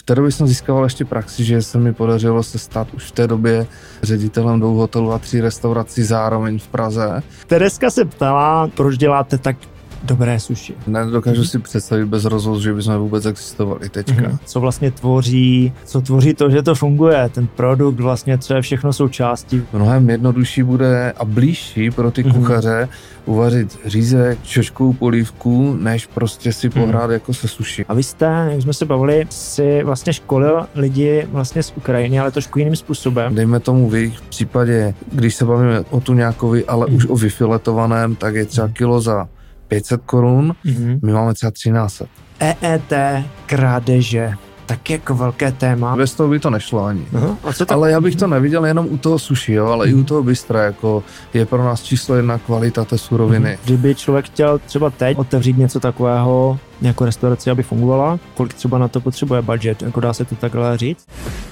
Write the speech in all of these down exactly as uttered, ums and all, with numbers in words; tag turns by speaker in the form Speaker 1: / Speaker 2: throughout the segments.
Speaker 1: V té době jsem získával ještě praxi, že se mi podařilo se stát už v té době ředitelem dvou hotelů a tří restaurací zároveň v Praze.
Speaker 2: Tereska se ptala, proč děláte tak dobré sushi.
Speaker 1: Nedokážu mm-hmm. si představit bez rozhovoru, že bychom vůbec existovali teďka. Mm-hmm.
Speaker 2: Co vlastně tvoří, co tvoří to, že to funguje, ten produkt vlastně, co je všechno součástí.
Speaker 1: Mnohem jednodušší bude a blížší pro ty mm-hmm. kuchaře uvařit řízek, čočkovou polívku, než prostě si pohrát mm-hmm. jako se sushi.
Speaker 2: A vy jste, jak jsme se bavili, si vlastně školil lidi vlastně z Ukrajiny, ale trošku jiným způsobem.
Speaker 1: Dejme tomu v jejich případě, když se bavíme o tuňákovi, ale mm-hmm. už o vyfiletovaném, tak je třeba kilo za pět set korun, mm-hmm. my máme třeba třináct set.
Speaker 2: E E T, krádeže, tak jako velké téma.
Speaker 1: Bez toho by to nešlo ani.
Speaker 2: Uh-huh. A co to...
Speaker 1: Ale já bych to neviděl jenom u toho sushi, jo, ale mm. i u toho bystra, jako je pro nás číslo jedna kvalita té suroviny. Mm.
Speaker 2: Kdyby člověk chtěl třeba teď otevřít něco takového, nějakou restauraci, aby fungovala, kolik třeba na to potřebuje budget, jako dá se to takhle říct?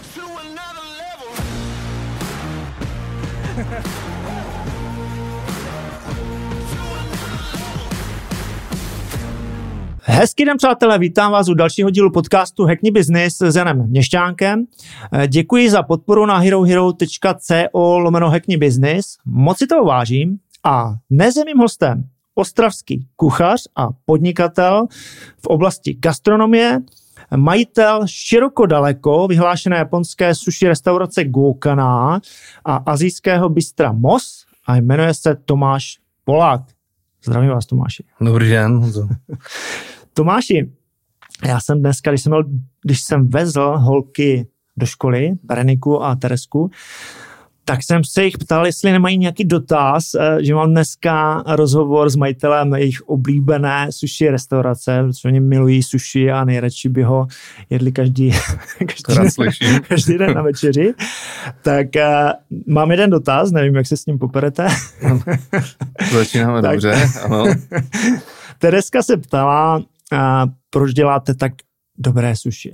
Speaker 2: Hezký den, přátelé, vítám vás u dalšího dílu podcastu Hackni Business s Janem Měšťánkem. Děkuji za podporu na herohero.co lomeno Hackni Business. Moc si toho vážím a dnes je mým hostem ostravský kuchař a podnikatel v oblasti gastronomie, majitel široko daleko vyhlášené japonské sushi restaurace Goukana a asijského bystra Mos a jmenuje se Tomáš Polák. Zdravím vás, Tomáši.
Speaker 1: Dobrý den.
Speaker 2: Tomáši, já jsem dneska, když jsem, měl, když jsem vezl holky do školy, Bereniku a Teresku, tak jsem se jich ptal, jestli nemají nějaký dotaz, že mám dneska rozhovor s majitelem jejich oblíbené sushi restaurace, protože oni milují sushi a nejradši by ho jedli každý, každý, den, každý den na večeři. Tak uh, mám jeden dotaz, nevím, jak se s ním poperete.
Speaker 1: Začínáme tak, dobře, ano.
Speaker 2: Tereska se ptala, uh, proč děláte tak dobré sushi?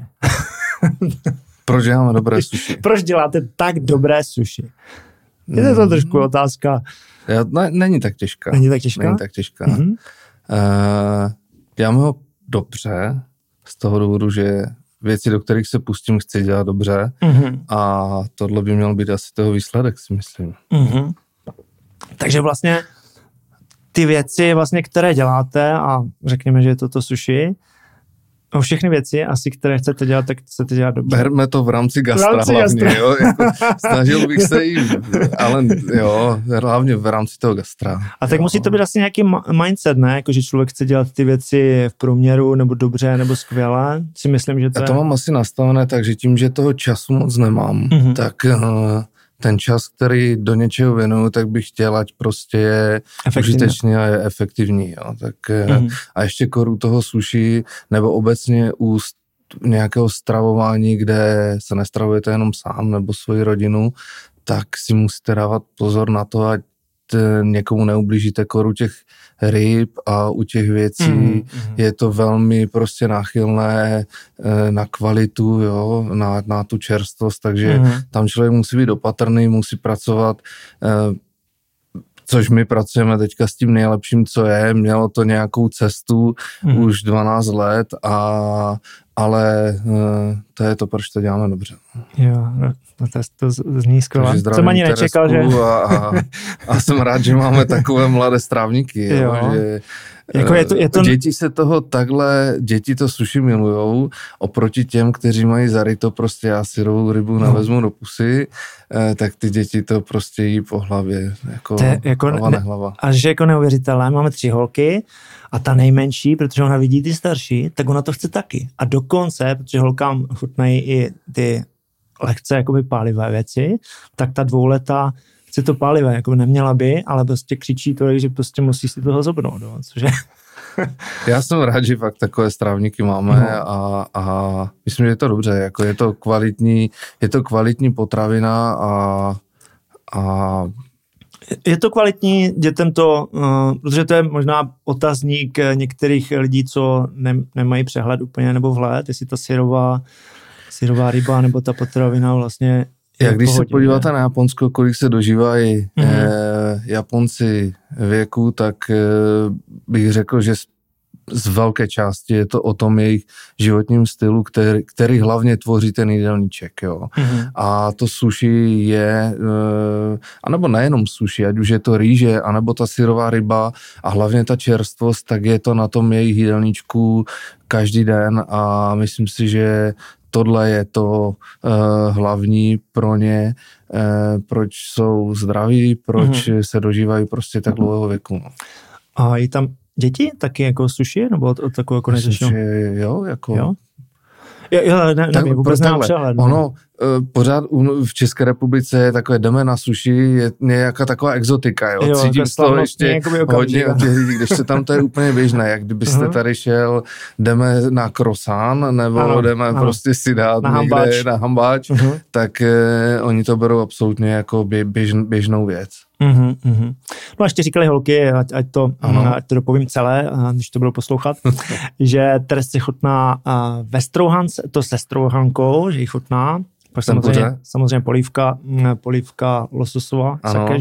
Speaker 1: Proč děláme dobré sushi?
Speaker 2: Proč děláte tak dobré sushi? Je to trošku otázka.
Speaker 1: Já, ne, není tak těžká.
Speaker 2: Není tak těžká?
Speaker 1: Není tak těžká. Mm-hmm. Uh, děláme ho dobře, z toho důvodu, že věci, do kterých se pustím, chci dělat dobře mm-hmm. a tohle by měl být asi toho výsledek, si myslím.
Speaker 2: Mm-hmm. Takže vlastně ty věci, vlastně, které děláte a řekněme, že je to to sushi, o všechny věci, asi které chcete dělat, tak chcete dělat dobře.
Speaker 1: Berme to v rámci gastra
Speaker 2: v rámci
Speaker 1: hlavně,
Speaker 2: gastra.
Speaker 1: jo. Jako, snažil bych se jim, ale jo, hlavně v rámci toho gastra.
Speaker 2: A tak
Speaker 1: jo.
Speaker 2: Musí to být asi nějaký mindset, ne? Jako, že člověk chce dělat ty věci v průměru, nebo dobře, nebo skvěle. Si myslím, že to
Speaker 1: Já to
Speaker 2: je...
Speaker 1: mám asi nastavené tak, že tím, že toho času moc nemám, mm-hmm. tak uh, ten čas, který do něčeho věnuju, tak bych chtěl, ať prostě je užitečný a je efektivní. Jo. Tak, mm-hmm. A ještě koru toho sushi, nebo obecně u nějakého stravování, kde se nestravujete jenom sám nebo svoji rodinu, tak si musíte dávat pozor na to, ať někomu neublížíte koru těch ryb a u těch věcí mm, mm. je to velmi prostě náchylné na kvalitu, jo, na, na tu čerstvost, takže mm. tam člověk musí být opatrný, musí pracovat, což my pracujeme teďka s tím nejlepším, co je, mělo to nějakou cestu mm. už dvanáct let, a, ale to je to, proč to děláme dobře.
Speaker 2: Jo, no to, to zní skvěle. Jsem ani nečekal, že...
Speaker 1: A, a, a jsem rád, že máme takové mladé strávníky, jo, jo. Že
Speaker 2: jako je to, je to...
Speaker 1: děti se toho takhle, děti to sushi milujou, oproti těm, kteří mají zaryto prostě já syrovou rybu nevezmu do pusy, eh, tak ty děti to prostě jí po hlavě, jako,
Speaker 2: jako
Speaker 1: hlava
Speaker 2: ne,
Speaker 1: nehlava.
Speaker 2: A že jako neuvěřitelné, máme tři holky a ta nejmenší, protože ona vidí ty starší, tak ona to chce taky. A dokonce, protože holkám chutnají i ty lehce jakoby pálivé věci, tak ta dvouletá chce to pálivé, jako neměla by, ale prostě křičí to, že prostě musí si toho zobnout, no, cože...
Speaker 1: Já jsem rád, že fakt takové strávníky máme no. a, a myslím, že je to dobře, jako je to kvalitní, je to kvalitní potravina a, a
Speaker 2: je to kvalitní, dětem to, uh, protože to je možná otazník některých lidí, co ne, nemají přehled úplně nebo vhled, jestli ta syrová, syrová ryba nebo ta potravina vlastně.
Speaker 1: Jak když pohodě, se podíváte ne? na Japonsko, kolik se dožívají mm-hmm. eh, Japonci věku, tak eh, bych řekl, že z velké části je to o tom jejich životním stylu, který, který hlavně tvoří ten jídelníček, jo. Mm-hmm. A to sushi je, anebo nejenom sushi, ať už je to rýže, anebo ta syrová ryba a hlavně ta čerstvost, tak je to na tom jejich jídelníčku každý den a myslím si, že tohle je to uh, hlavní pro ně, uh, proč jsou zdraví, proč mm-hmm. se dožívají prostě tak dlouhého věku.
Speaker 2: A je tam děti taky jako sushi, nebo od, od takového jako neřešenou?
Speaker 1: Jo, jako...
Speaker 2: Jo? Jo, jo, ne, tak, nevím, vůbec nemám přehled.
Speaker 1: Ono uh, pořád v České republice je takové jdeme na sushi, je nějaká taková exotika, jo.
Speaker 2: jo
Speaker 1: Cítím z toho ještě hodně
Speaker 2: od
Speaker 1: těch lidí, když tam to je úplně běžné, jak kdybyste uh-huh. tady šel, jdeme na croissant, nebo ano, jdeme ano. prostě si dát
Speaker 2: na
Speaker 1: někde
Speaker 2: hambáč. na
Speaker 1: hambáč, uh-huh. tak uh, oni to berou absolutně jako bě, běž, běžnou věc.
Speaker 2: Uhum, uhum. No a ještě říkali holky, ať, ať, to, ať to dopovím celé, když to budou poslouchat, že Teres si chutná uh, ve strouhance, to se strouhankou, že jí chutná, pak samozřejmě, samozřejmě polívka, polívka lososová,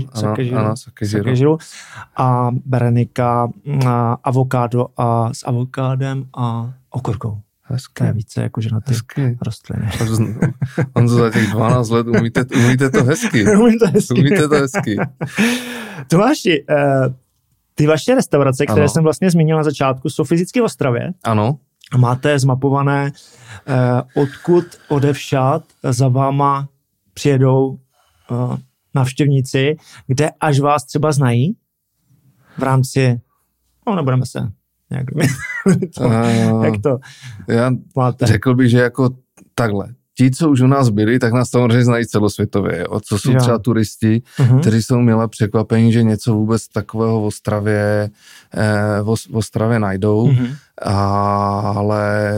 Speaker 2: sakežiru a berenika, uh, avokádo a s avokádem a okurkou.
Speaker 1: Hezky.
Speaker 2: To je více jakože na ty hezky. Rostliny.
Speaker 1: On za těch dvanáct let umíte, umíte to hezky.
Speaker 2: Umíte to hezky.
Speaker 1: Umíte to hezky.
Speaker 2: Tomáši, ty vaše restaurace, které ano. jsem vlastně zmínil na začátku, jsou fyzicky v Ostravě.
Speaker 1: Ano.
Speaker 2: Máte zmapované, odkud odevšad za váma přijedou návštěvníci, kde až vás třeba znají v rámci, no nebudeme se nějak to, uh, jak to
Speaker 1: já máte? Řekl bych, že jako takhle. Ti, co už u nás byli, tak nás samozřejmě znají celosvětově. Jo? Co jsou jo. třeba turisti, uh-huh. kteří jsou milé překvapení, že něco vůbec takového v Ostravě, eh, v, v Ostravě najdou. Uh-huh. A, ale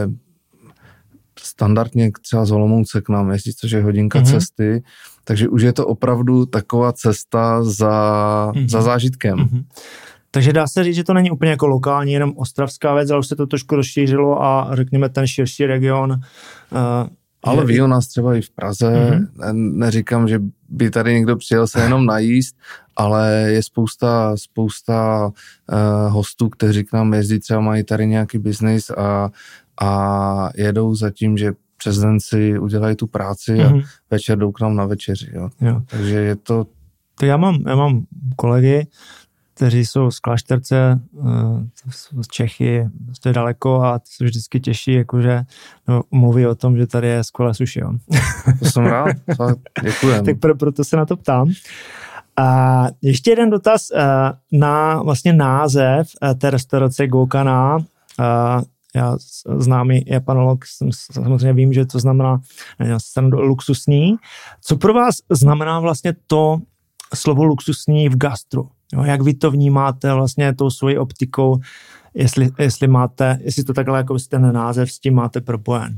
Speaker 1: standardně třeba z Olomouce k nám jezdí, což je hodinka uh-huh. cesty. Takže už je to opravdu taková cesta za, uh-huh. za zážitkem. Uh-huh.
Speaker 2: Takže dá se říct, že to není úplně jako lokální, jenom ostravská věc, ale už se to trošku rozšířilo a řekněme ten širší region. Uh,
Speaker 1: ale ví o nás třeba i v Praze. Mm-hmm. Neříkám, že by tady někdo přijel se jenom najíst, ale je spousta, spousta uh, hostů, kteří k nám jezdí, třeba mají tady nějaký biznis a, a jedou za tím, že přes den si udělají tu práci mm-hmm. a večer jdou k nám na večeři. Jo. Jo. Takže je to...
Speaker 2: To já mám, já mám kolegy, kteří jsou z Klášterce, z Čechy, to je daleko a ty se vždycky těší, jakože no, mluví o tom, že tady je skvělé sushi. Jo.
Speaker 1: To jsem rád, děkujem.
Speaker 2: Tak pro, proto se na to ptám. A ještě jeden dotaz na vlastně název té restaurace Gokana. Já známý japanolog, samozřejmě vím, že to znamená luxusní. Co pro vás znamená vlastně to slovo luxusní v gastru? Jo, jak vy to vnímáte vlastně tou svojí optikou, jestli, jestli máte, jestli to takhle jako ten název s tím máte propojen?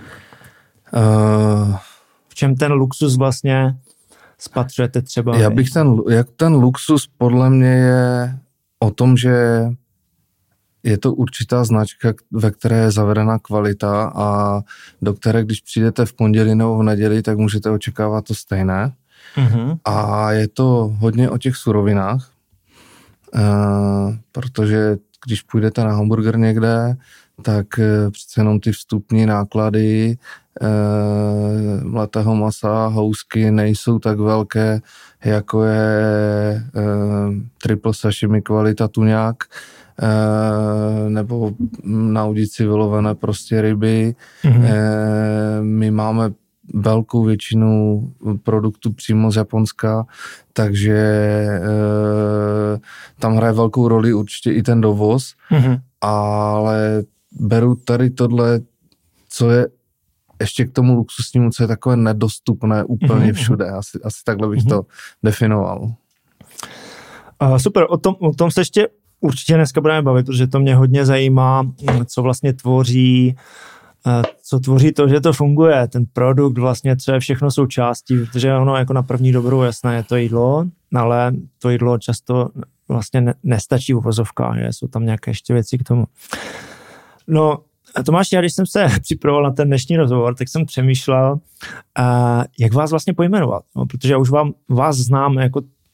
Speaker 2: Uh, v čem ten luxus vlastně spatřujete třeba?
Speaker 1: Já bych ten, jak ten luxus podle mě je o tom, že je to určitá značka, ve které je zavedená kvalita a do které, když přijdete v pondělí nebo v neděli, tak můžete očekávat to stejné. Uh-huh. A je to hodně o těch surovinách, Uh, protože když půjdete na hamburger někde, tak uh, přece jenom ty vstupní náklady uh, mletého masa, housky nejsou tak velké, jako je uh, triple sashimi kvalita tuňák, uh, nebo na udici vylovené prostě ryby. Mm-hmm. Uh, my máme velkou většinu produktů přímo z Japonska, takže e, tam hraje velkou roli určitě i ten dovoz, mm-hmm. ale beru tady tohle, co je ještě k tomu luxusnímu, co je takové nedostupné úplně mm-hmm. všude. Asi, asi takhle bych mm-hmm. to definoval.
Speaker 2: Uh, super, o tom, o tom se ještě určitě dneska budeme bavit, protože to mě hodně zajímá, co vlastně tvoří co tvoří to, že to funguje, ten produkt vlastně, co je všechno součástí, protože ono jako na první dobrou jasné je to jídlo, ale to jídlo často vlastně ne, nestačí v uvozovkách, že jsou tam nějaké ještě věci k tomu. No, Tomáš, já když jsem se připravoval na ten dnešní rozhovor, tak jsem přemýšlel, uh, jak vás vlastně pojmenovat, no, protože já už vám, vás znám jako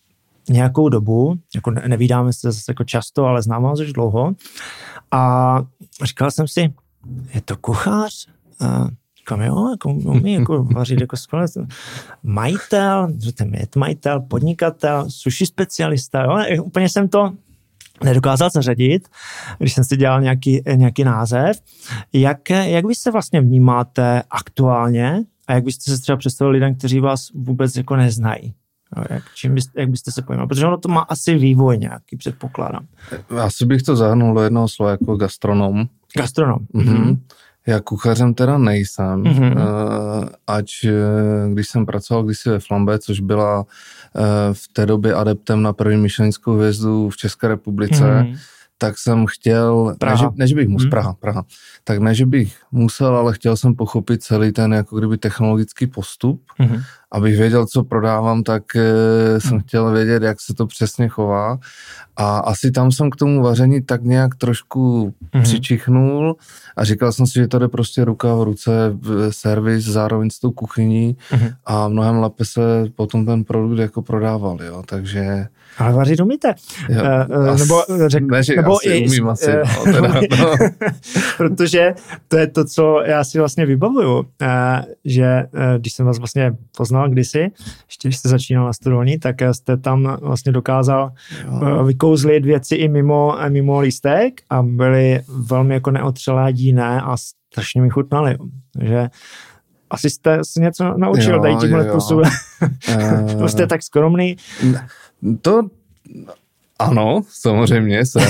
Speaker 2: nějakou dobu, jako nevídáme se zase jako často, ale znám vás už dlouho. A říkal jsem si, je to kuchař? A říkám, jo, jako umí jako vařit jako skvěle. Majitel, že ten je to majitel, podnikatel, sushi specialista, jo, úplně jsem to nedokázal zařadit, když jsem si dělal nějaký, nějaký název. Jak, jak vy se vlastně vnímáte aktuálně a jak byste se třeba představili lidem, kteří vás vůbec jako neznají? Jak, čím byste, jak byste se pojmal? Protože ono to má asi vývoj nějaký, předpokládám.
Speaker 1: Asi bych to zahrnul do jednoho slova jako gastronom.
Speaker 2: Gastronom.
Speaker 1: Mm-hmm. Já kuchařem teda nejsem, mm-hmm. ať když jsem pracoval kdysi ve Flambé, což byla v té době adeptem na první michelinskou hvězdu v České republice, mm-hmm. tak jsem chtěl, ne že, ne, že bych musel, mm-hmm. Praha, Praha, tak ne, že bych musel, ale chtěl jsem pochopit celý ten jako kdyby technologický postup, mm-hmm. abych věděl, co prodávám, tak mm-hmm. jsem chtěl vědět, jak se to přesně chová a asi tam jsem k tomu vaření tak nějak trošku mm-hmm. přičichnul a říkal jsem si, že to jde prostě ruka v ruce, servis zároveň s tou kuchyní mm-hmm. a mnohem lépe se potom ten produkt jako prodával, jo, takže...
Speaker 2: Ale vařit umíte.
Speaker 1: Jo,
Speaker 2: uh,
Speaker 1: as,
Speaker 2: nebo řek,
Speaker 1: ne, že
Speaker 2: nebo
Speaker 1: asi
Speaker 2: i,
Speaker 1: umím asi, no, teda, no.
Speaker 2: Protože to je to, co já si vlastně vybavuju, uh, že uh, když jsem vás vlastně poznal kdysi, ještě když jste začínal na studování, tak jste tam vlastně dokázal uh, vykouzlit věci i mimo, mimo lístek a byly velmi jako neotřelé, díné a strašně mi chutnaly. Takže asi jste si něco naučil, tady tímhle způsobem. To jste tak skromný.
Speaker 1: To ano, samozřejmě jsem,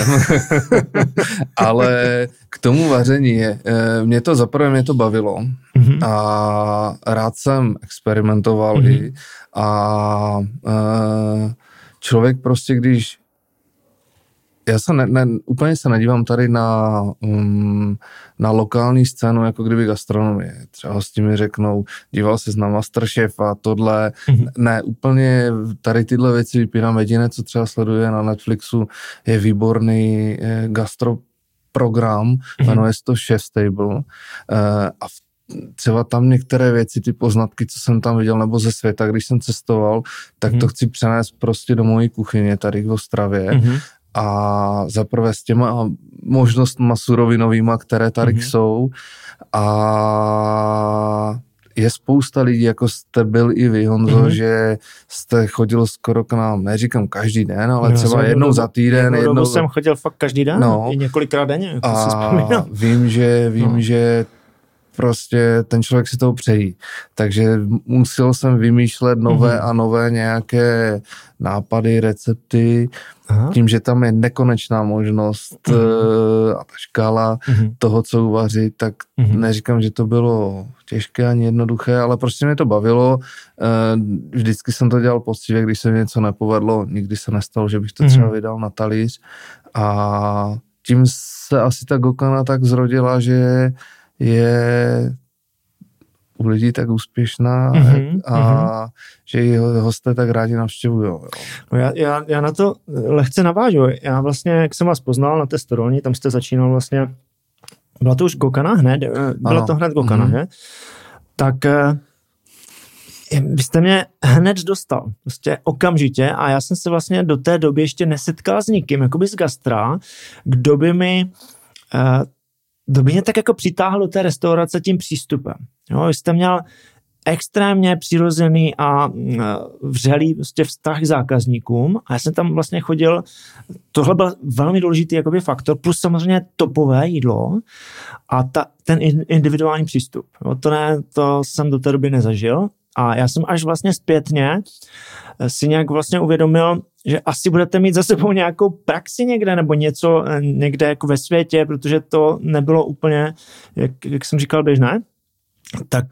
Speaker 1: ale k tomu vaření je, mě to zaprvé mě to bavilo mm-hmm. a rád jsem experimentoval mm-hmm. i a člověk prostě, když já se ne, ne, úplně se nedívám tady na, um, na lokální scénu, jako kdyby gastronomie. Třeba hosti mi řeknou, díval ses na Masterchef a tohle. Mm-hmm. Ne, úplně tady tyhle věci vypínám. Jediné, co třeba sleduje na Netflixu, je výborný eh, gastroprogram, mm-hmm. jmenuje se to Chef's Table. Eh, a v, třeba tam některé věci, ty poznatky, co jsem tam viděl, nebo ze světa, když jsem cestoval, tak mm-hmm. to chci přenést prostě do mojí kuchyně tady v Ostravě. Mm-hmm. A zaprvé s těma možnostma surovinovýma, které tady mm-hmm. jsou a je spousta lidí, jako jste byl i vy, Honzo, mm-hmm. že jste chodil skoro k nám, neříkám každý den, ale no, třeba jednou dobu, za týden.
Speaker 2: Jednou dobu jsem chodil fakt každý den, no, i několikrát denně. Jako
Speaker 1: a vím, že, vím, no. že prostě ten člověk si toho přejí. Takže musel jsem vymýšlet nové mm-hmm. a nové nějaké nápady, recepty. Aha. Tím, že tam je nekonečná možnost mm-hmm. a ta škála mm-hmm. toho, co uvařit, tak mm-hmm. neříkám, že to bylo těžké ani jednoduché, ale prostě mě to bavilo. Vždycky jsem to dělal poctivě, když se mi něco nepovedlo. Nikdy se nestalo, že bych to třeba vydal na talíř. A tím se asi ta Gokana tak zrodila, že je u lidí tak úspěšná mm-hmm, a mm-hmm. že ji hosté tak rádi navštěvují.
Speaker 2: No já, já, já na to lehce navážu. Já vlastně, jak jsem vás poznal na té studování, tam jste začínal vlastně, byla to už Gokana hned, byla ano. to hned Gokana, mm-hmm. ne? Tak vy jste mě hned dostal, prostě okamžitě a já jsem se vlastně do té doby ještě nesetkal s nikým, jakoby z gastra, kdo by mi uh, kdo by mě tak jako přitáhl do té restaurace tím přístupem. Jo, jste měl extrémně přirozený a vřelý prostě vztah k zákazníkům a já jsem tam vlastně chodil, tohle byl velmi důležitý jakoby faktor, plus samozřejmě topové jídlo a ta, ten individuální přístup. Jo, to, ne, to jsem do té doby nezažil a já jsem až vlastně zpětně si nějak vlastně uvědomil, že asi budete mít za sebou nějakou praxi někde nebo něco někde jako ve světě, protože to nebylo úplně, jak, jak jsem říkal, běžné. Tak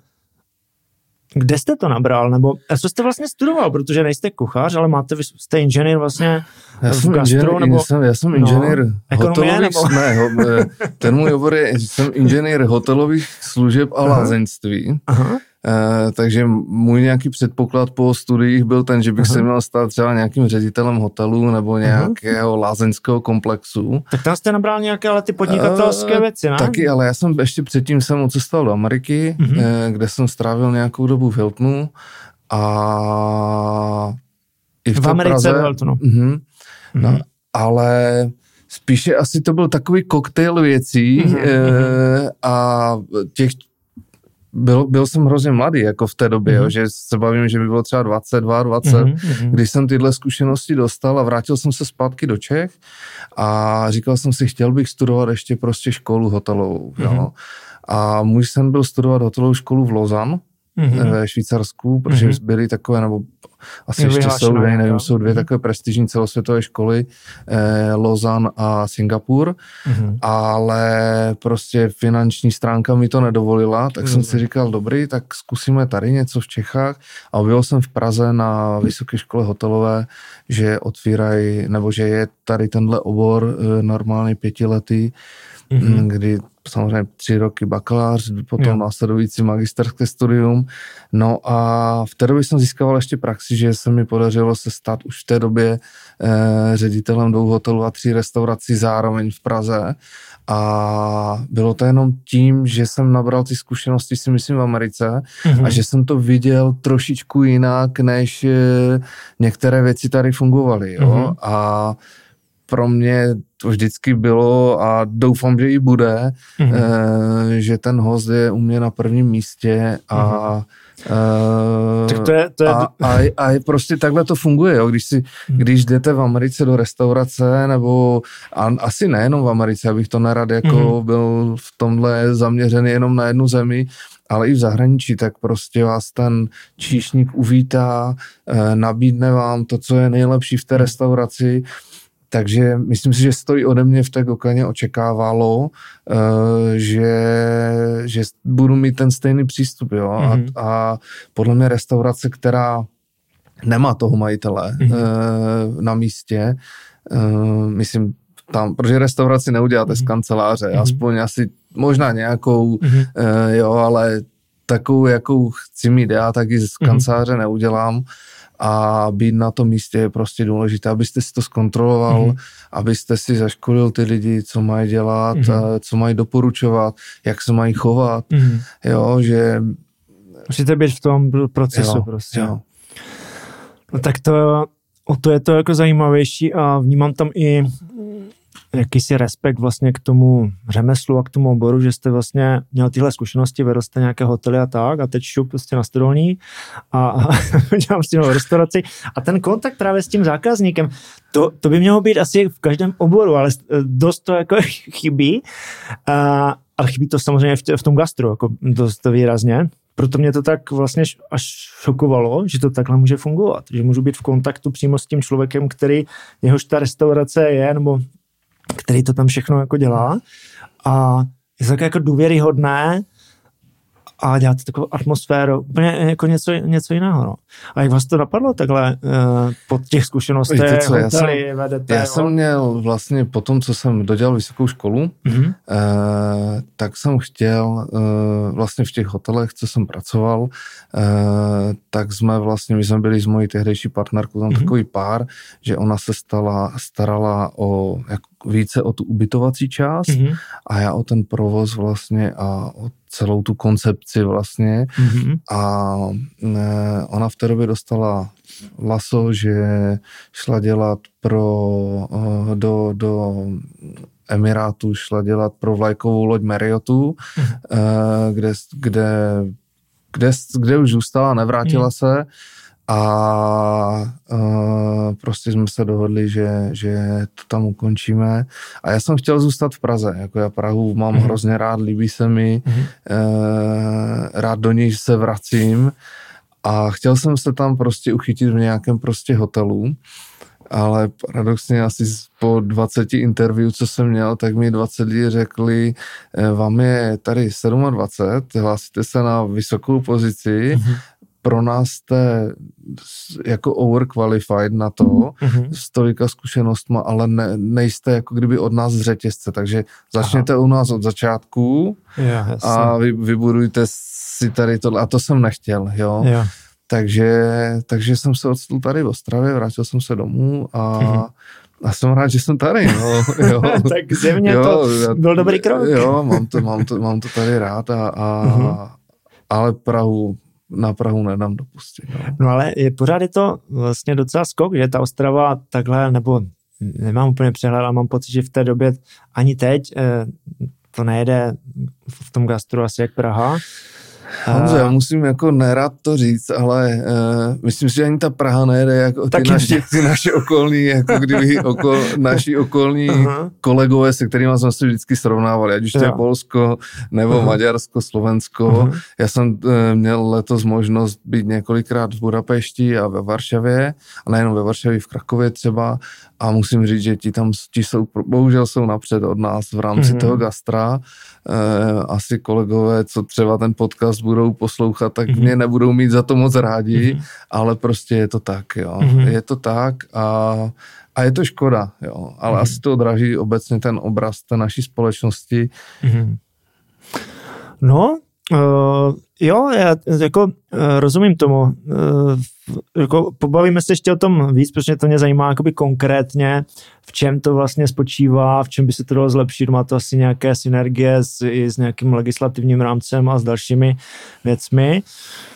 Speaker 2: kde jste to nabral? Nebo co jste vlastně studoval? Protože nejste kuchař, ale máte, jste inženýr vlastně
Speaker 1: já v gastro, nebo... Jsem, já jsem inženýr no, hotelových, nebo... ne, ho, ten můj obor je, jsem inženýr hotelových služeb a lázeňství. Aha. Uh, takže můj nějaký předpoklad po studiích byl ten, že bych uh-huh. se měl stát třeba nějakým ředitelem hotelu nebo nějakého uh-huh. lázeňského komplexu.
Speaker 2: Tak tam jste nabral nějaké ale ty podnikatelské uh, věci, ne?
Speaker 1: Taky, ale já jsem ještě předtím jsem odcestoval do Ameriky, uh-huh. uh, kde jsem strávil nějakou dobu v Hiltonu a i v,
Speaker 2: v Americe, v Hiltonu.
Speaker 1: Mm-hmm. No, mm-hmm. Ale spíše asi to byl takový koktejl věcí mm-hmm. e, a těch Byl, byl jsem hrozně mladý, jako v té době, mm-hmm. jo, že se bavím, že by bylo třeba dvacet dva, dvacet, mm-hmm. když jsem tyhle zkušenosti dostal a vrátil jsem se zpátky do Čech a říkal jsem si, chtěl bych studovat ještě prostě školu hotelovou, mm-hmm. jo. A můj sen byl studovat hotelovou školu v Lausanne, mm-hmm. ve Švýcarsku, protože mm-hmm. byly takové, nebo asi je ještě jsou dvě, nevím, jsou dvě mm-hmm. takové prestižní celosvětové školy, eh, Lausanne a Singapur, mm-hmm. ale prostě finanční stránka mi to nedovolila, tak mm-hmm. jsem si říkal, dobrý, tak zkusíme tady něco v Čechách a objevil jsem v Praze na Vysoké škole hotelové, že otvírají, nebo že je tady tenhle obor eh, normálně pětiletý, mm-hmm. kdy samozřejmě tři roky bakalář, potom jo. následující magisterské studium. No a v té době jsem získával ještě praxi, že se mi podařilo se stát už v té době eh, ředitelem dvou hotelů a tří restaurací zároveň v Praze. A bylo to jenom tím, že jsem nabral ty zkušenosti, si myslím, v Americe mm-hmm. a že jsem to viděl trošičku jinak, než eh, některé věci tady fungovaly. Jo? Mm-hmm. A pro mě to vždycky bylo a doufám, že i bude, mm-hmm. e, že ten host je u mě na prvním místě a, mm-hmm. e, tak to je, to je... A, a, a prostě takhle to funguje. Jo? Když, si, mm-hmm. když jdete v Americe do restaurace, nebo a, asi nejenom v Americe, abych to nerad jako mm-hmm. byl v tomhle zaměřený jenom na jednu zemi, ale i v zahraničí, tak prostě vás ten číšník uvítá, e, nabídne vám to, co je nejlepší v té restauraci. Takže myslím si, že stojí ode mě v té Gokaně očekávalo, že, že budu mít ten stejný přístup. Jo? Mm-hmm. A, a podle mě restaurace, která nemá toho majitele mm-hmm. na místě, myslím tam, protože restauraci neuděláte mm-hmm. z kanceláře, mm-hmm. aspoň asi možná nějakou, mm-hmm. jo, ale takovou, jakou chci mít já, tak i z kanceláře mm-hmm. neudělám. A být na tom místě je prostě důležité, abyste si to zkontroloval, mm-hmm. abyste si zaškolil ty lidi, co mají dělat, mm-hmm. co mají doporučovat, jak se mají chovat, mm-hmm. jo, že...
Speaker 2: Musíte být v tom procesu jo, prostě. Jo. No tak to, o to je to jako zajímavější a vnímám tam i jakýsi respekt vlastně k tomu řemeslu a k tomu oboru, že jste vlastně měl tyhle zkušenosti, vedl jste nějaké hotely a tak a teď šup prostě na Studolní a, a dělám s tím restauraci a ten kontakt právě s tím zákazníkem, to, to by mělo být asi v každém oboru, ale dost to jako chybí a, a chybí to samozřejmě v, tě, v tom gastru, jako dost výrazně. Proto mě to tak vlastně až šokovalo, že to takhle může fungovat, že můžu být v kontaktu přímo s tím člověkem, který jehož ta restaurace je, nebo který to tam všechno jako dělá a je to jako důvěryhodné a děláte takovou atmosféru, úplně jako něco, něco jiného. No. A jak vás to napadlo takhle uh, po těch zkušenostech,
Speaker 1: Víte co,
Speaker 2: hotely,
Speaker 1: já jsem,
Speaker 2: vedete?
Speaker 1: Já jsem měl vlastně po tom, co jsem dodělal vysokou školu, mm-hmm. uh, tak jsem chtěl uh, vlastně v těch hotelech, co jsem pracoval, uh, tak jsme vlastně, my jsme byli s mojí tehdejší partnerkou, tam mm-hmm. takový pár, že ona se stala, starala o jako více o tu ubytovací část mm-hmm. a já o ten provoz vlastně a o celou tu koncepci vlastně mm-hmm. a ne, ona v té době dostala laso, že šla dělat pro do, do Emirátu, šla dělat pro vlajkovou loď Marriotu, mm-hmm. kde, kde, kde, kde už zůstala, nevrátila mm-hmm. se a uh, prostě jsme se dohodli, že, že to tam ukončíme a já jsem chtěl zůstat v Praze, jako já Prahu mám mm-hmm. hrozně rád, líbí se mi, mm-hmm. uh, rád do něj se vracím a chtěl jsem se tam prostě uchytit v nějakém prostě hotelu, ale paradoxně asi po dvaceti interview, co jsem měl, tak mi dvacet lidí řekli, vám je tady dvacet sedm, hlásíte se na vysokou pozici, mm-hmm. pro nás jste jako overqualified na to, mm-hmm. s tolika zkušenostma, ale ne, nejste jako kdyby od nás z řetězce, takže začněte Aha. u nás od začátku
Speaker 2: ja,
Speaker 1: a vy, vybudujte si tady tohle, a to jsem nechtěl, jo.
Speaker 2: Ja.
Speaker 1: Takže, takže jsem se odstal tady v Ostravě, vrátil jsem se domů a mm-hmm. A jsem rád, že jsem tady, no, jo.
Speaker 2: Tak zjevně jo, to byl dobrý krok.
Speaker 1: Jo, mám to, mám to, mám to tady rád, a, a, uh-huh. ale Prahu na Prahu nedám dopustit. No,
Speaker 2: no ale je, pořád je to vlastně docela skok, že ta Ostrava takhle, nebo nemám úplně přehled, ale mám pocit, že v té době ani teď eh, to nejede v tom gastru asi jak Praha.
Speaker 1: Honzo, já musím jako nerad to říct, ale uh, myslím si, že ani ta Praha nejde jako ty naši, ty naši okolní, jako kdyby okol, naši okolní uh-huh. kolegové, se kterými jsme se vždycky srovnávali, ať už to je Polsko, nebo uh-huh. Maďarsko, Slovensko. Uh-huh. Já jsem uh, měl letos možnost být několikrát v Budapešti a ve Varšavě, a nejenom ve Varšavě, v Krakově třeba, a musím říct, že ti tam ti jsou, bohužel jsou napřed od nás v rámci uh-huh. toho gastra. Uh, asi kolegové, co třeba ten podcast budou poslouchat, tak mm-hmm. mě nebudou mít za to moc rádi, mm-hmm. ale prostě je to tak, jo. Mm-hmm. Je to tak a, a je to škoda, jo. Ale mm-hmm. asi to odráží obecně ten obraz té naší společnosti. Mm-hmm.
Speaker 2: No, uh, jo, já jako uh, rozumím tomu. Uh, jako pobavíme se ještě o tom víc, protože to mě zajímá jakoby konkrétně, v čem to vlastně spočívá, v čem by se to dalo zlepšit, má to asi nějaké synergie s, i s nějakým legislativním rámcem a s dalšími věcmi.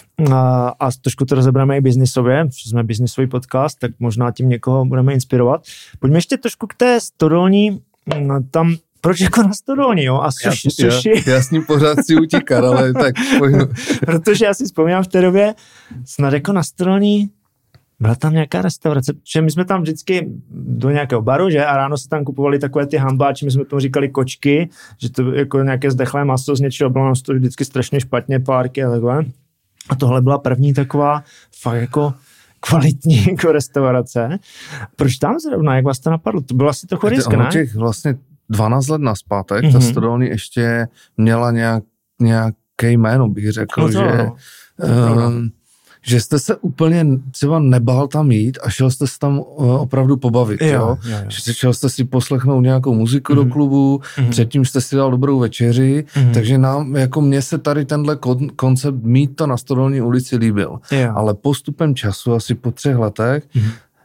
Speaker 2: A, a trošku to rozebereme i biznisově, protože jsme biznisový podcast, tak možná tím někoho budeme inspirovat. Pojďme ještě trošku k té stodolní, tam proč jako na stodolní, jo? A suši.
Speaker 1: Já, suši. Já, já s ním pořád si utíkat, ale tak pojďme.
Speaker 2: Protože já si vzpomínám v té době, snad jako na stodolní byla tam nějaká restaurace, protože my jsme tam vždycky do nějakého baru, že? A ráno se tam kupovali takové ty hambáči, my jsme tomu říkali kočky, že to jako nějaké zdechlé maso z něčeho, bylo nám to vždycky strašně špatně, párky a takhle. A tohle byla první taková fakt jako kvalitní jako restaurace. Proč tam zrovna, jak vás to napadlo? To bylo asi trochu risk, ne?
Speaker 1: Těch vlastně dvanáct let nazpátek, mm-hmm. ta stodolní ještě měla nějak, nějaké jméno, bych řekl, no to, že... No. Um, že jste se úplně třeba nebál tam jít a šel jste se tam opravdu pobavit, jo? jo? jo, jo. Že šel jste si poslechnout nějakou muziku mm. do klubu, mm. předtím jste si dal dobrou večeři, mm. takže nám, jako mně se tady tenhle kon- koncept mít to na Stodolní ulici líbil. Jo. Ale postupem času, asi po třech letech, mm.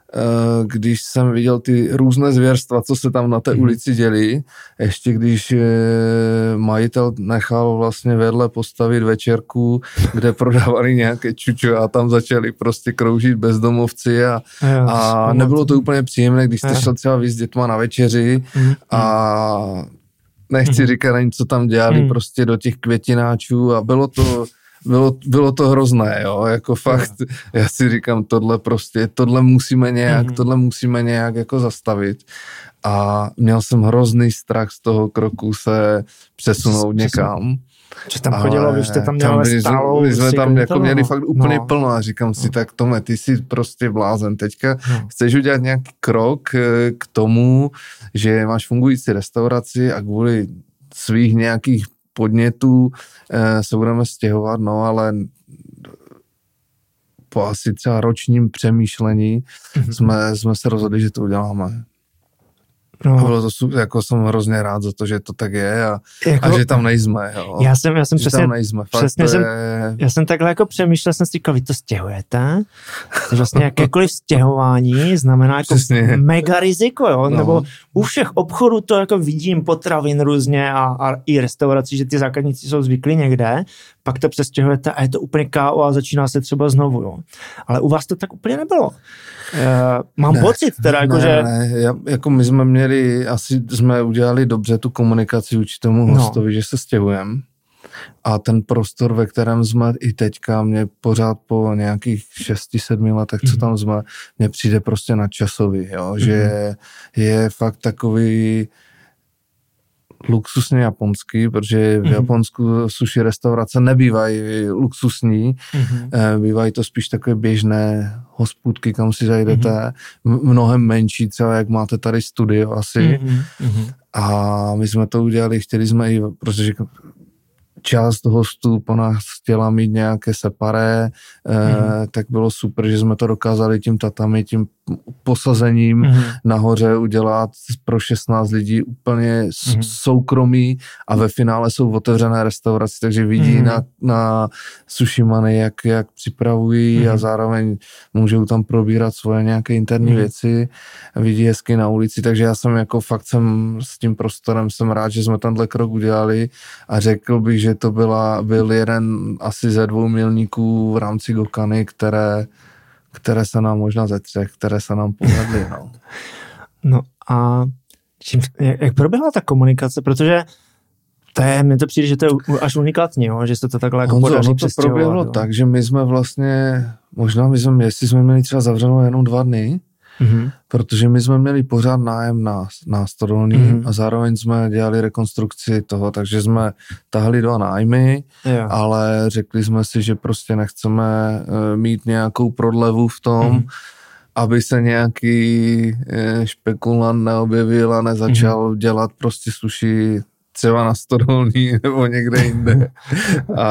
Speaker 1: když jsem viděl ty různé zvěrstva, co se tam na té mm. ulici dělí, ještě když majitel nechal vlastně vedle postavit večerku, kde prodávali nějaké čučo a tam začali prostě kroužit bezdomovci a, jo, a nebylo to úplně příjemné, když jste šel třeba víc s dětma na večeři mm. a nechci mm. říkat ani, co tam dělali mm. prostě do těch květináčů a bylo to Bylo, bylo to hrozné, jo, jako fakt, já si říkám, tohle prostě, tohle musíme nějak, mm-hmm. tohle musíme nějak jako zastavit a měl jsem hrozný strach z toho kroku se přesunout někam.
Speaker 2: Že tam chodilo, vy jste tam měli stálou.
Speaker 1: My jsme tam jako měli fakt úplně no. plno a říkám si, no. tak Tome, ty jsi prostě blázen, teďka no. chceš udělat nějaký krok k tomu, že máš fungující restauraci a kvůli svých nějakých podnětů eh, se budeme stěhovat, no ale po asi třeba ročním přemýšlení mm-hmm. jsme, jsme se rozhodli, že to uděláme. No. A bylo to, jako jsem hrozně rád za to, že to tak je a, jako, a že tam nejsme. Jo.
Speaker 2: Já jsem, já jsem
Speaker 1: že
Speaker 2: přesně,
Speaker 1: tam nejsme. Fakt
Speaker 2: přesně jsem,
Speaker 1: je...
Speaker 2: já jsem takhle jako přemýšlel, jsem si říkal, vy to stěhujete? To vlastně jakékoliv stěhování znamená jako přesně. mega riziko, jo? No. Nebo u všech obchodů to jako vidím, potravin různě a, a i restaurací, že ty zákazníci jsou zvyklí někde, pak to přestěhujete a je to úplně ká ó a začíná se třeba znovu, jo. Ale u vás to tak úplně nebylo. Uh, mám ne, pocit teda, jako,
Speaker 1: ne,
Speaker 2: že...
Speaker 1: Ne, já, jako my jsme měli, asi jsme udělali dobře tu komunikaci vůči tomu hostovi, no. že se stěhujeme. A ten prostor, ve kterém jsme i teďka, mě pořád po nějakých šesti, sedmi letech, co tam jsme, mně přijde prostě nadčasový, jo, mm. že je fakt takový luxusně japonský, protože v mm. Japonsku sushi restaurace nebývají luxusní, mm. bývají to spíš takové běžné hospůdky, kam si zajdete, mm. mnohem menší, třeba jak máte tady studio asi. Mm. A my jsme to udělali, chtěli jsme i, protože část hostů po nás chtěla mít nějaké separé, mm. eh, tak bylo super, že jsme to dokázali tím tatami, tím posazením mm-hmm. nahoře udělat pro šestnáct lidí úplně mm-hmm. soukromí a ve finále jsou otevřené restaurace, takže vidí mm-hmm. na, na Sushi Money, jak, jak připravují mm-hmm. a zároveň můžou tam probírat svoje nějaké interní mm-hmm. věci, vidí hezky na ulici, takže já jsem jako fakt jsem s tím prostorem, jsem rád, že jsme tenhle krok udělali a řekl bych, že to byla, byl jeden asi ze dvou milníků v rámci Gokany, které které se nám možná ze třech, které se nám povedly. No,
Speaker 2: no a čím, jak, jak proběhla ta komunikace, protože to je, mně to přijde, že to je až unikátní, jo? Že se to takhle jako
Speaker 1: Honzo,
Speaker 2: podaří
Speaker 1: no to proběhlo jo? tak, že my jsme vlastně, možná my jsme, jestli jsme měli třeba zavřenou jenom dva dny, mm-hmm. protože my jsme měli pořád nájem na, na stodolný mm-hmm. a zároveň jsme dělali rekonstrukci toho, takže jsme tahli dva nájmy, yeah. ale řekli jsme si, že prostě nechceme uh, mít nějakou prodlevu v tom, mm-hmm. aby se nějaký uh, špekulant neobjevil a nezačal mm-hmm. dělat prostě sushi třeba na stodolný nebo někde jinde. a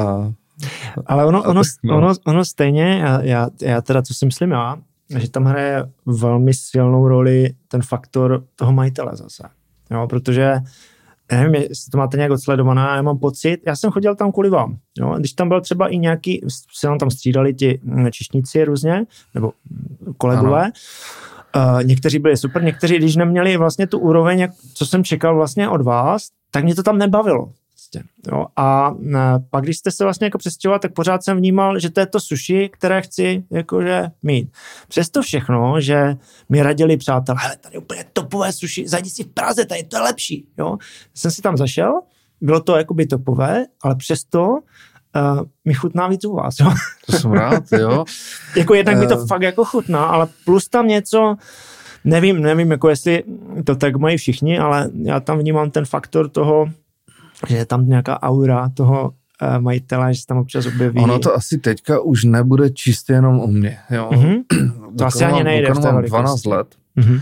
Speaker 2: ale ono, ono, no. ono, ono stejně, já, já, já teda, co si myslím já, že tam hraje velmi silnou roli ten faktor toho majitele zase. Jo, protože, nevím, jestli to máte nějak odsledované, já mám pocit, já jsem chodil tam kvůli vám. Jo, když tam byl třeba i nějaký, se nám tam střídali ti čišníci různě, nebo kolegové, uh, někteří byli super, někteří, když neměli vlastně tu úroveň, jak, co jsem čekal vlastně od vás, tak mě to tam nebavilo. Jo, a pak, když jste se vlastně jako přestěhoval, tak pořád jsem vnímal, že to je to sushi, které chci jakože mít. Přesto všechno, že mi radili přátelé, hele, tady je úplně topové sushi, zajdi si v Praze, tady to je lepší. Jo. Jsem si tam zašel, bylo to jakoby topové, ale přesto uh, mi chutná víc u vás. Jo.
Speaker 1: To jsem rád, jo.
Speaker 2: Jako jednak mi to uh... fakt jako chutná, ale plus tam něco, nevím, nevím, jako jestli to tak mají všichni, ale já tam vnímám ten faktor toho, že je tam nějaká aura toho uh, majitele, že se tam občas objeví.
Speaker 1: Ono to asi teďka už nebude čistě jenom o mně. Jo?
Speaker 2: Mm-hmm. To asi ani nejde v té
Speaker 1: mám dvanáct let mm-hmm.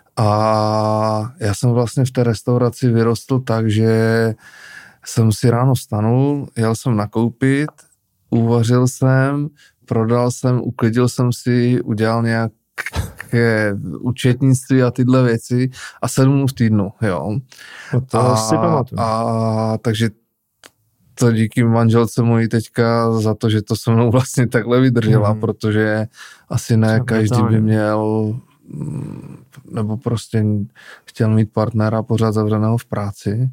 Speaker 1: a já jsem vlastně v té restauraci vyrostl tak, že jsem si ráno vstanul, jel jsem nakoupit, uvařil jsem, prodal jsem, uklidil jsem si, udělal nějak účetnictví a tyhle věci a sedm v týdnu, jo.
Speaker 2: No to
Speaker 1: a,
Speaker 2: si pamatuju.
Speaker 1: A takže to díky manželce mojí teďka za to, že to se mnou vlastně takhle vydržela, mm. protože asi ne každý by měl nebo prostě chtěl mít partnera pořád zavřeného v práci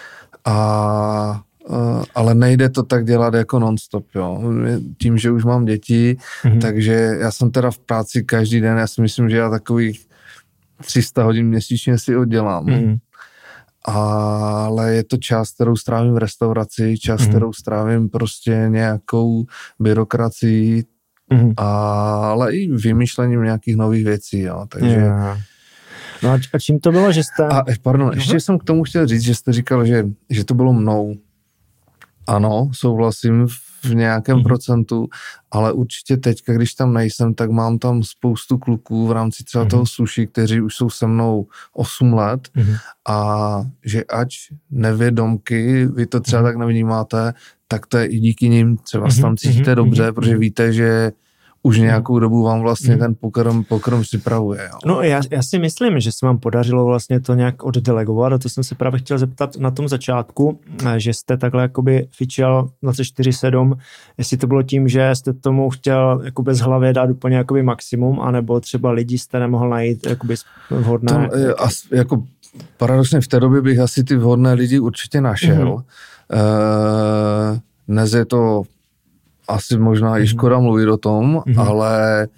Speaker 1: a ale nejde to tak dělat jako non-stop, jo. Tím, že už mám děti, mm-hmm. takže já jsem teda v práci každý den, já si myslím, že já takových tři sta hodin měsíčně si oddělám. Mm-hmm. Ale je to část, kterou strávím v restauraci, část, mm-hmm. kterou strávím prostě nějakou byrokracií, mm-hmm. ale i vymýšlením nějakých nových věcí, jo. Takže...
Speaker 2: Yeah. No a čím to bylo, že jste...
Speaker 1: A pardon, ještě jsem k tomu chtěl říct, že jste říkal, že, že to bylo mnou. Ano, souhlasím v nějakém mm-hmm. procentu, ale určitě teďka, když tam nejsem, tak mám tam spoustu kluků v rámci třeba mm-hmm. toho sushi, kteří už jsou se mnou osm let mm-hmm. a že ač nevědomky, vy to třeba mm-hmm. tak nevnímáte, tak to je i díky nim třeba mm-hmm. tam cítíte mm-hmm. dobře, protože víte, že už nějakou dobu vám vlastně mm. ten pokrm, pokrm připravuje. Jo.
Speaker 2: No já, já si myslím, že se vám podařilo vlastně to nějak oddelegovat a to jsem se právě chtěl zeptat na tom začátku, že jste takhle jakoby fičel dvacet čtyři sedm, jestli to bylo tím, že jste tomu chtěl jako bez hlavy dát úplně jakoby maximum, anebo třeba lidi jste nemohl najít jakoby vhodné.
Speaker 1: Tam, as, jako paradoxně v té době bych asi ty vhodné lidi určitě našel. Mm. E, dnes je to asi možná mm. i škoda mluvit o tom, mm. ale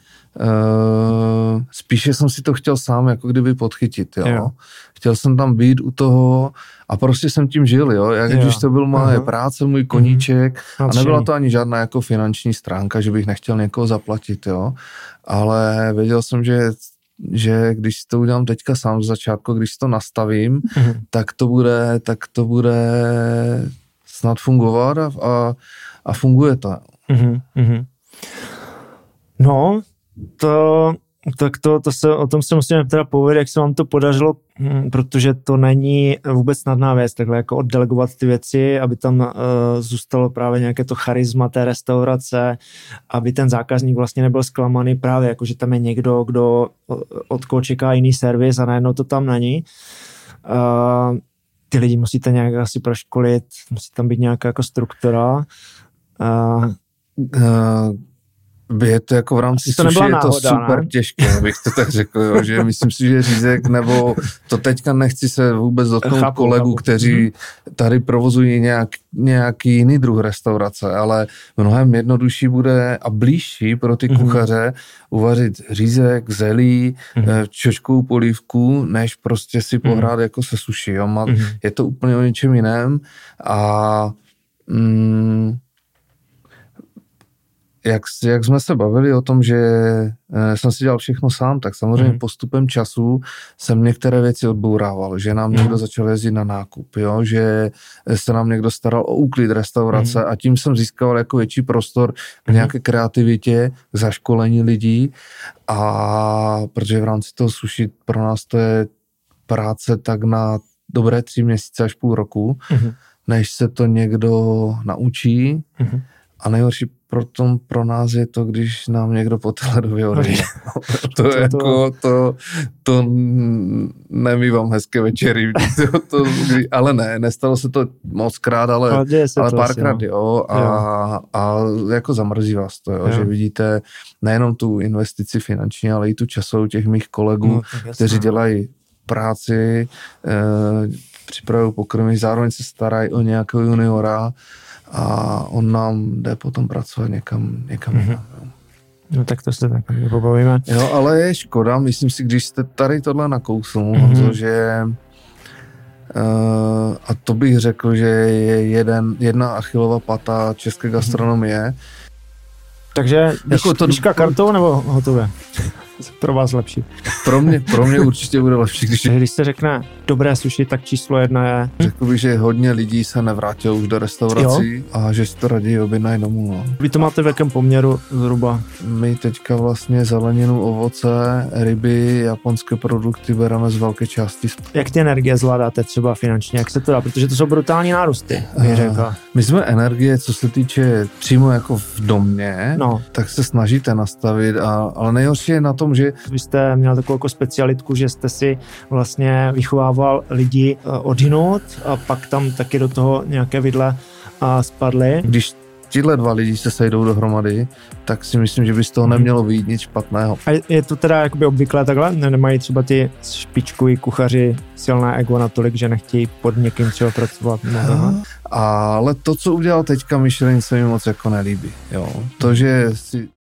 Speaker 1: uh, spíše jsem si to chtěl sám jako kdyby podchytit, jo. jo. Chtěl jsem tam být u toho a prostě jsem tím žil, jo. Jak jo. když to byl moje uh-huh. práce, můj koníček mm. a nebyla to ani žádná jako finanční stránka, že bych nechtěl někoho zaplatit, jo. Ale věděl jsem, že že když to udělám teďka sám z začátku, když to nastavím, mm. tak to bude, tak to bude snad fungovat a, a, a funguje to.
Speaker 2: Mm-hmm, mm-hmm. No, to, tak to, to se, o tom se musíme teda povědět, jak se vám to podařilo, protože to není vůbec snadná věc, takhle jako oddelegovat ty věci, aby tam uh, zůstalo právě nějaké to charisma té restaurace, aby ten zákazník vlastně nebyl zklamaný právě, jako že tam je někdo, kdo od koho čeká jiný servis a najednou to tam není. Uh, ty lidi musíte nějak asi proškolit, musí tam být nějaká jako struktura. Uh,
Speaker 1: uh. Je to jako v rámci suši, je to super ne? těžké, abych to tak řekl, jo, že myslím si, že řízek, nebo to teďka nechci se vůbec dotknout chápu, kolegů, chápu. kteří tady provozují nějak, nějaký jiný druh restaurace, ale mnohem jednodušší bude a blížší pro ty mm-hmm. kuchaře uvařit řízek, zelí, mm-hmm. čočkovou polívku, než prostě si pohrát mm-hmm. jako se suši. Jo. Mm-hmm. Je to úplně o něčem jiném a mm, Jak, jak jsme se bavili o tom, že jsem si dělal všechno sám, tak samozřejmě mm. postupem času jsem některé věci odbourával, že nám mm. někdo začal jezdit na nákup, jo? Že se nám někdo staral o úklid restaurace mm. a tím jsem získal jako větší prostor k nějaké kreativitě, k zaškolení lidí a protože v rámci toho suši pro nás to je práce tak na dobré tři měsíce až půl roku, mm. než se to někdo naučí mm. a nejhorší proto pro nás je to, když nám někdo po teledově odejde. to, to, jako, to, to nemývám hezké večery. to, to, ale ne, nestalo se to moc krát, ale, ale párkrát asi, jo. A, jo. A jako zamrzí vás to, jo, jo. Že vidíte nejenom tu investici finanční, ale i tu časovou těch mých kolegů, no, kteří dělají práci, eh, připravují pokrmy, zároveň se starají o nějakého juniora, a on nám jde potom pracovat někam, někam mm-hmm. jinam.
Speaker 2: No tak to se tak pobavíme.
Speaker 1: Jo, ale je škoda, myslím si, když jste tady tohle nakousl, mm-hmm. Honzo, že uh, a to bych řekl, že je jeden, jedna Achillova pata české gastronomie. Mm-hmm.
Speaker 2: Takže jako to výška kartou nebo hotové? Pro vás lepší.
Speaker 1: Pro mě, pro mě určitě bude lepší. Když,
Speaker 2: když se řekne dobré sushi, tak číslo jedna je...
Speaker 1: Řekl bych, že hodně lidí se nevrátilo už do restaurací jo? A že si to raději objednají domů. No.
Speaker 2: Vy to máte v jakém poměru zhruba?
Speaker 1: My teďka vlastně zeleninu, ovoce, ryby, japonské produkty bereme z velké části.
Speaker 2: Jak ty energie zvládáte třeba finančně? Jak se to dá? Protože to jsou brutální nárůsty, bych řekl.
Speaker 1: My jsme energie, co se týče přímo jako v domě, no. tak se snažíte nastavit, a, ale nejhorší je na tom, že...
Speaker 2: Vy jste měl takovou jako specialitku, že jste si vlastně vychovával lidi odinut a pak tam taky do toho nějaké vidle spadly.
Speaker 1: Když tihle dva lidi se sejdou dohromady, tak si myslím, že by z toho nemělo vyjít nic špatného.
Speaker 2: A je to teda jakoby obvyklé takhle? Nemají třeba ty špičkoví kuchaři silné ego natolik, že nechtějí pod někým třeba pracovat?
Speaker 1: Ale to, co udělal teďka Michelin, se mi moc jako nelíbí. Jo. To, že si